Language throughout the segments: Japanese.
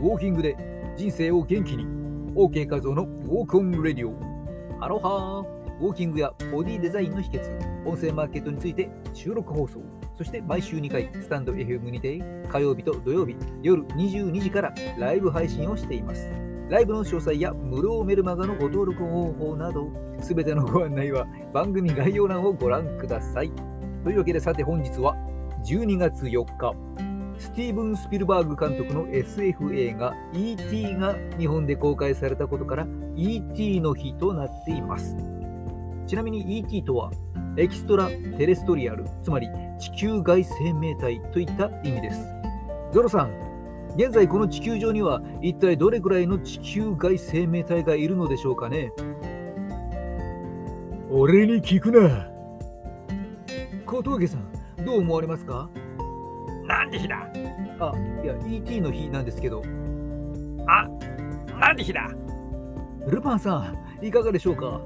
ウォーキングで人生を元気に OK 画像のウォークオンレディオ。ハロハー。ウォーキングやボディデザインの秘訣、音声マーケットについて収録放送、そして毎週2回スタンド FM にて火曜日と土曜日夜22時からライブ配信をしています。ライブの詳細や無料メルマガのご登録方法など、すべてのご案内は番組概要欄をご覧ください。というわけで、さて本日は12月4日、スティーブン・スピルバーグ監督の SF 映画 E.T. が日本で公開されたことから E.T. の日となっています。ちなみに E.T. とはエキストラテレストリアル、つまり地球外生命体といった意味です。ゾロさん、現在この地球上には一体どれくらいの地球外生命体がいるのでしょうかね。俺に聞くな。小峠さん、どう思われますか？ なんで日だ？ いや E.T. の日なんですけど。 なんで日だ？ ルパンさん、いかがでしょうか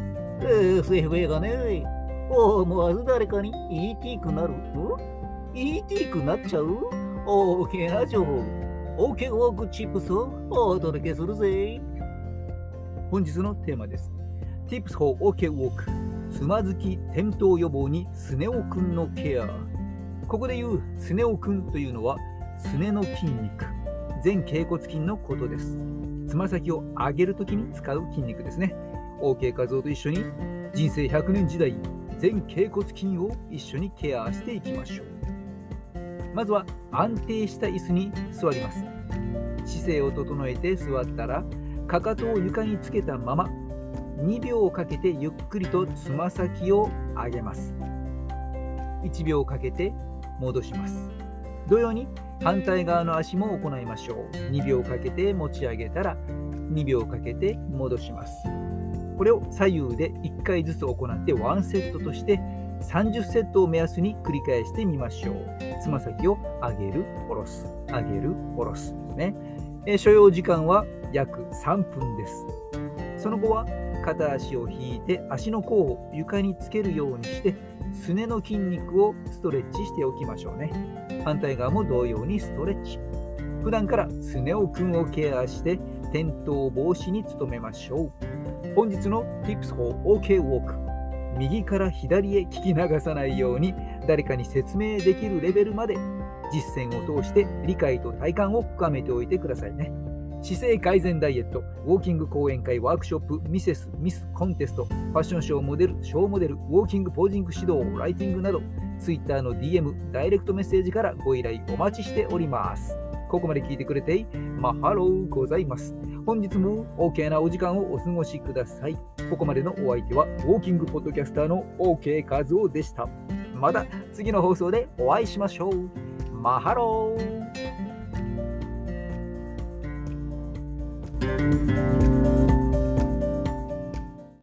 ？SF 映画ね。思わず誰かに E.T. くなる。E.T. くなっちゃう？大きな情報。OK ウォークチップスをお届けするぜ。 本日のテーマです。Tips for OK Walk。つまずき転倒予防にスネ夫くんのケア。ここで言うスネ夫くんというのはすねの筋肉、前脛骨筋のことです。つま先を上げるときに使う筋肉ですね。OK 画像と一緒に人生100年時代、前脛骨筋を一緒にケアしていきましょう。まずは安定した椅子に座ります。姿勢を整えて座ったら、かかとを床につけたまま2秒かけてゆっくりとつま先を上げます。1秒かけて戻します。同様に反対側の足も行いましょう。2秒かけて持ち上げたら2秒かけて戻します。これを左右で1回ずつ行って1セットとして30セットを目安に繰り返してみましょう。つま先を上げる、下ろす、上げる、下ろすですね。所要時間は約3分です。その後は片足を引いて足の甲を床につけるようにしてすねの筋肉をストレッチしておきましょうね。反対側も同様にストレッチ。普段からスネ夫くんをケアして転倒防止に努めましょう。本日の Tips for OK Walk。右から左へ聞き流さないように誰かに説明できるレベルまで実践を通して理解と体感を深めておいてくださいね。姿勢改善ダイエット、ウォーキング講演会、ワークショップ、ミスコンテスト、ファッションショーモデル、ショーモデル、ウォーキングポージング指導、ライティングなど Twitter の DM、ダイレクトメッセージからご依頼お待ちしております。ここまで聞いてくれてマハローございます。本日も OK なお時間をお過ごしください。ここまでのお相手はウォーキングポッドキャスターの OK カズオでした。また次の放送でお会いしましょう。マハロー。